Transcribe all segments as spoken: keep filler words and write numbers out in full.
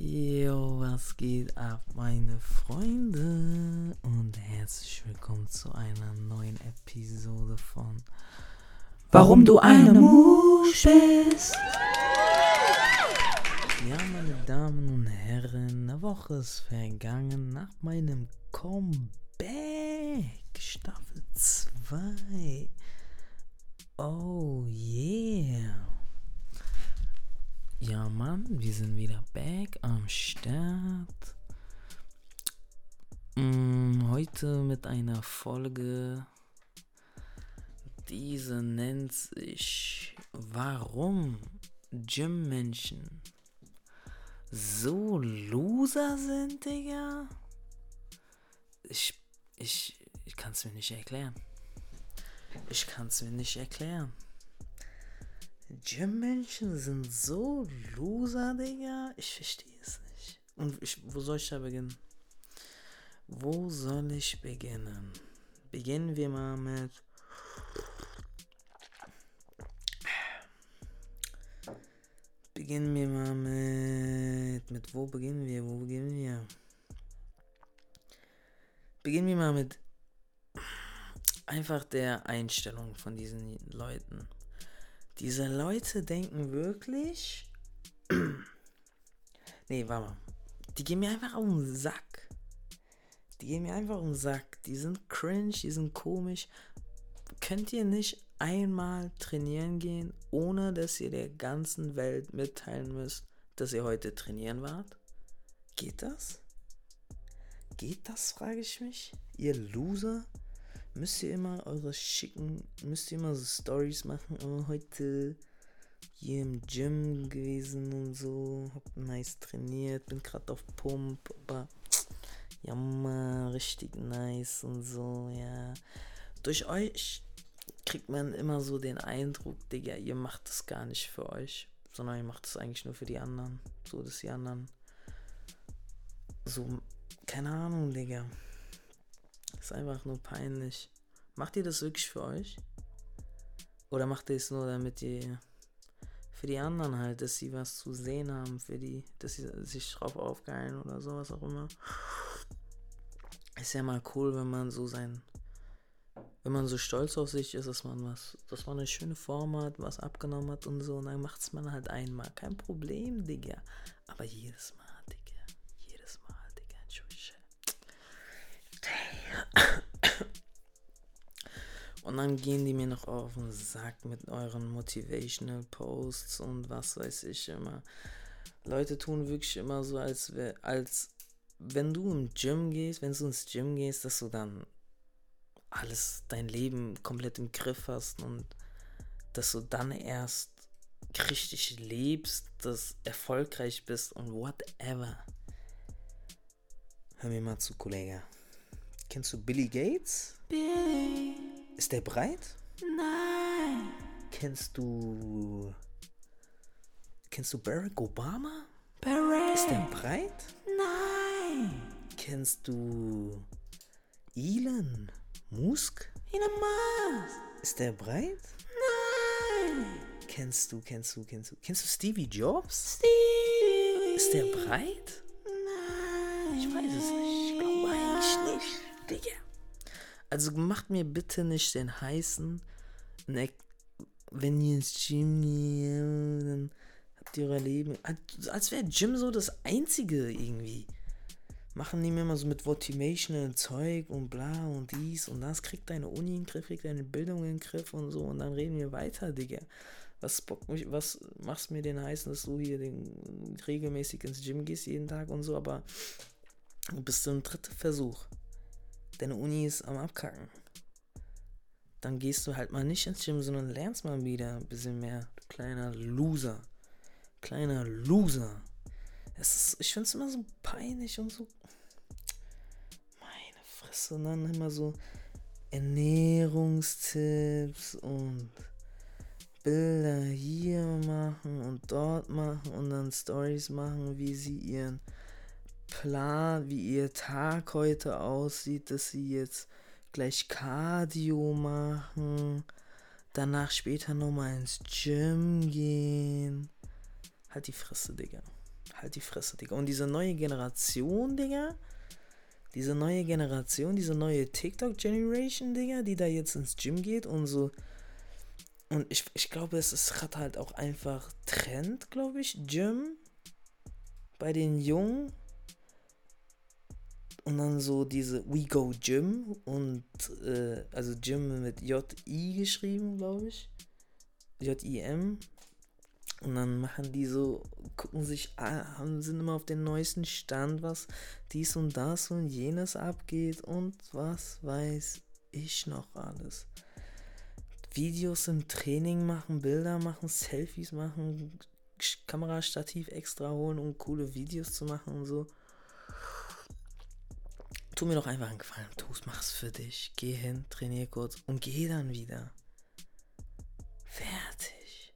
Jo, was geht ab, meine Freunde? Und herzlich willkommen zu einer neuen Episode von Warum du eine Musch bist. Ja, meine Damen und Herren, eine Woche ist vergangen nach meinem Comeback. Staffel zwei. Oh yeah. Ja, Mann, wir sind wieder back am Start. Mm, heute mit einer Folge. Diese nennt sich Warum Gym-Menschen so Loser sind, Digga. Ich, ich, ich kann es mir nicht erklären. Ich kann es mir nicht erklären. Gym-Menschen sind so Loser, Digga. Ich verstehe es nicht. Und ich, wo soll ich da beginnen? Wo soll ich beginnen? Beginnen wir mal mit... Beginnen wir mal mit... Mit wo beginnen wir? Wo beginnen wir? Beginnen wir mal mit... Einfach der Einstellung von diesen Leuten. Diese Leute denken wirklich... nee, warte mal. Die gehen mir einfach auf den Sack. Die gehen mir einfach auf den Sack. Die sind cringe, die sind komisch. Könnt ihr nicht einmal trainieren gehen, ohne dass ihr der ganzen Welt mitteilen müsst, dass ihr heute trainieren wart? Geht das? Geht das, frage ich mich. Ihr Loser? Müsst ihr immer eure schicken, müsst ihr immer so Stories machen, oh, heute hier im Gym gewesen und so, hab nice trainiert, bin gerade auf Pump, aber ja man, richtig nice und so, ja. Durch euch kriegt man immer so den Eindruck, Digga, ihr macht das gar nicht für euch, sondern ihr macht das eigentlich nur für die anderen, so dass die anderen so, keine Ahnung, Digga. Ist einfach nur peinlich. Macht ihr das wirklich für euch? Oder macht ihr es nur, damit ihr für die anderen halt, dass sie was zu sehen haben, für die, dass sie sich drauf aufgeilen oder sowas auch immer? Ist ja mal cool, wenn man so sein, wenn man so stolz auf sich ist, dass man was, dass man eine schöne Form hat, was abgenommen hat und so, und dann macht es man halt einmal. Kein Problem, Digga. Aber jedes Mal, Digga. Jedes Mal, Digga. Entschuldigung. Und dann gehen die mir noch auf den Sack mit euren Motivational Posts und was weiß ich immer. Leute tun wirklich immer so, als, wär, als wenn du im Gym gehst, wenn du ins Gym gehst, dass du dann alles, dein Leben komplett im Griff hast und dass du dann erst richtig lebst, dass erfolgreich bist und whatever. Hör mir mal zu, Kollege. Kennst du Billy Gates? Billy. Ist der breit? Nein. Kennst du... Kennst du Barack Obama? Barack. Ist der breit? Nein. Kennst du... Elon Musk? Elon Musk. Ist der breit? Nein. Kennst du, kennst du, kennst du... Kennst du Stevie Jobs? Stevie. Ist der breit? Nein. Ich weiß es nicht. Ich glaube eigentlich nicht. Digga. Also macht mir bitte nicht den heißen, ne, wenn ihr ins Gym geht, dann habt ihr euer Leben. Als wäre Gym so das Einzige irgendwie. Machen die mir immer so mit motivational Zeug und bla und dies und das. Kriegt deine Uni in den Griff, kriegt deine Bildung in den Griff und so. Und dann reden wir weiter, Digga. Was, bock mich, was machst mir den heißen, dass du hier den, regelmäßig ins Gym gehst jeden Tag und so, aber du bist im dritten Versuch. Deine Uni ist am Abkacken. Dann gehst du halt mal nicht ins Gym, sondern lernst mal wieder ein bisschen mehr. Du kleiner Loser. Kleiner Loser. Es ist, ich find's immer so peinlich und so. Meine Fresse. Und dann immer so Ernährungstipps und Bilder hier machen und dort machen und dann Stories machen, wie sie ihren Plan, wie ihr Tag heute aussieht, dass sie jetzt gleich Cardio machen, danach später nochmal ins Gym gehen. Halt die Fresse, Digga. Halt die Fresse, Digga. Und diese neue Generation, Digga, diese neue Generation, diese neue TikTok-Generation, Digga, die da jetzt ins Gym geht und so. Und ich, ich glaube, es ist gerade halt auch einfach Trend, glaube ich, Gym bei den Jungen. Und dann so diese We Go Gym und äh, also Gym mit J-I geschrieben, glaube ich. J-I-M. Und dann machen die so, gucken sich, an, sind immer auf den neuesten Stand, was dies und das und jenes abgeht und was weiß ich noch alles. Videos im Training machen, Bilder machen, Selfies machen, Kamerastativ extra holen, um coole Videos zu machen und so. Tu mir doch einfach einen Gefallen, tu's, mach's für dich. Geh hin, trainier kurz und geh dann wieder. Fertig.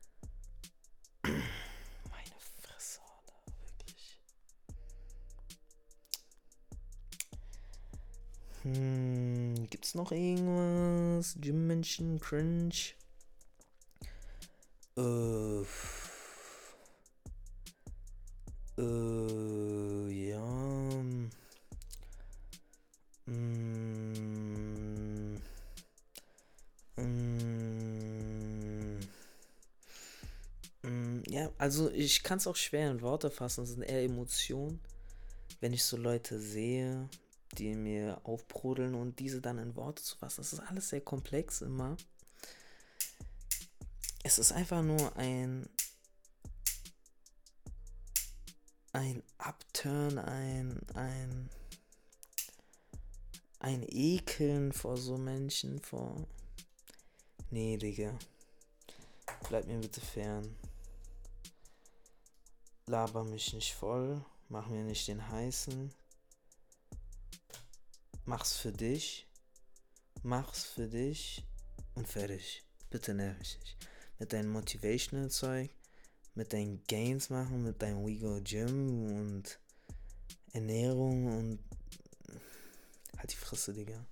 Meine Fresse, Alter, wirklich. Hm, gibt's noch irgendwas? Gym-Menschen, Cringe? Äh, äh, ja. Mm, mm, mm, ja, also ich kann es auch schwer in Worte fassen. Es sind eher Emotionen, wenn ich so Leute sehe, die mir aufbrodeln und diese dann in Worte zu fassen. Das ist alles sehr komplex immer. Es ist einfach nur ein ein Upturn, ein ein ein Ekeln vor so Menschen, vor... Nee, Digga. Bleib mir bitte fern. Laber mich nicht voll. Mach mir nicht den Heißen. Mach's für dich. Mach's für dich. Und fertig. Bitte nerv mich nicht. Mit deinem Motivational-Zeug. Mit deinen Gains machen. Mit deinem We Go Gym. Und Ernährung und... Halt die Fresse, Digga.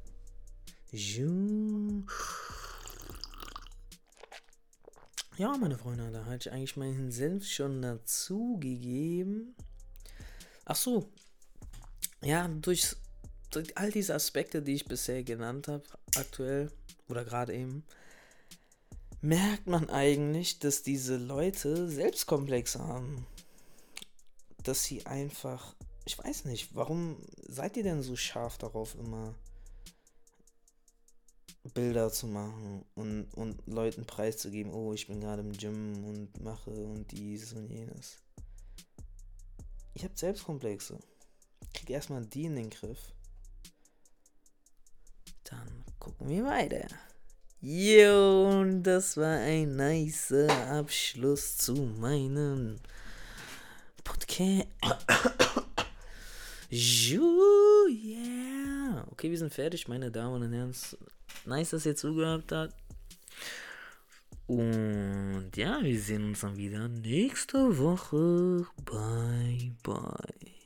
Ja, meine Freunde, da hatte ich eigentlich meinen Senf schon dazu gegeben. Ach so. Ja, durch, durch all diese Aspekte, die ich bisher genannt habe, aktuell oder gerade eben, merkt man eigentlich, dass diese Leute Selbstkomplexe haben. Dass sie einfach... Ich weiß nicht, warum seid ihr denn so scharf darauf, immer Bilder zu machen und, und Leuten preiszugeben, oh, ich bin gerade im Gym und mache und dies und jenes. Ich hab Selbstkomplexe. Krieg erstmal die in den Griff. Dann gucken wir weiter. Jo, und das war ein nicer Abschluss zu meinem Podcast. Ju, yeah. Okay, wir sind fertig, meine Damen und Herren. Nice, dass ihr zugehört habt. Und ja, wir sehen uns dann wieder nächste Woche. Bye, bye.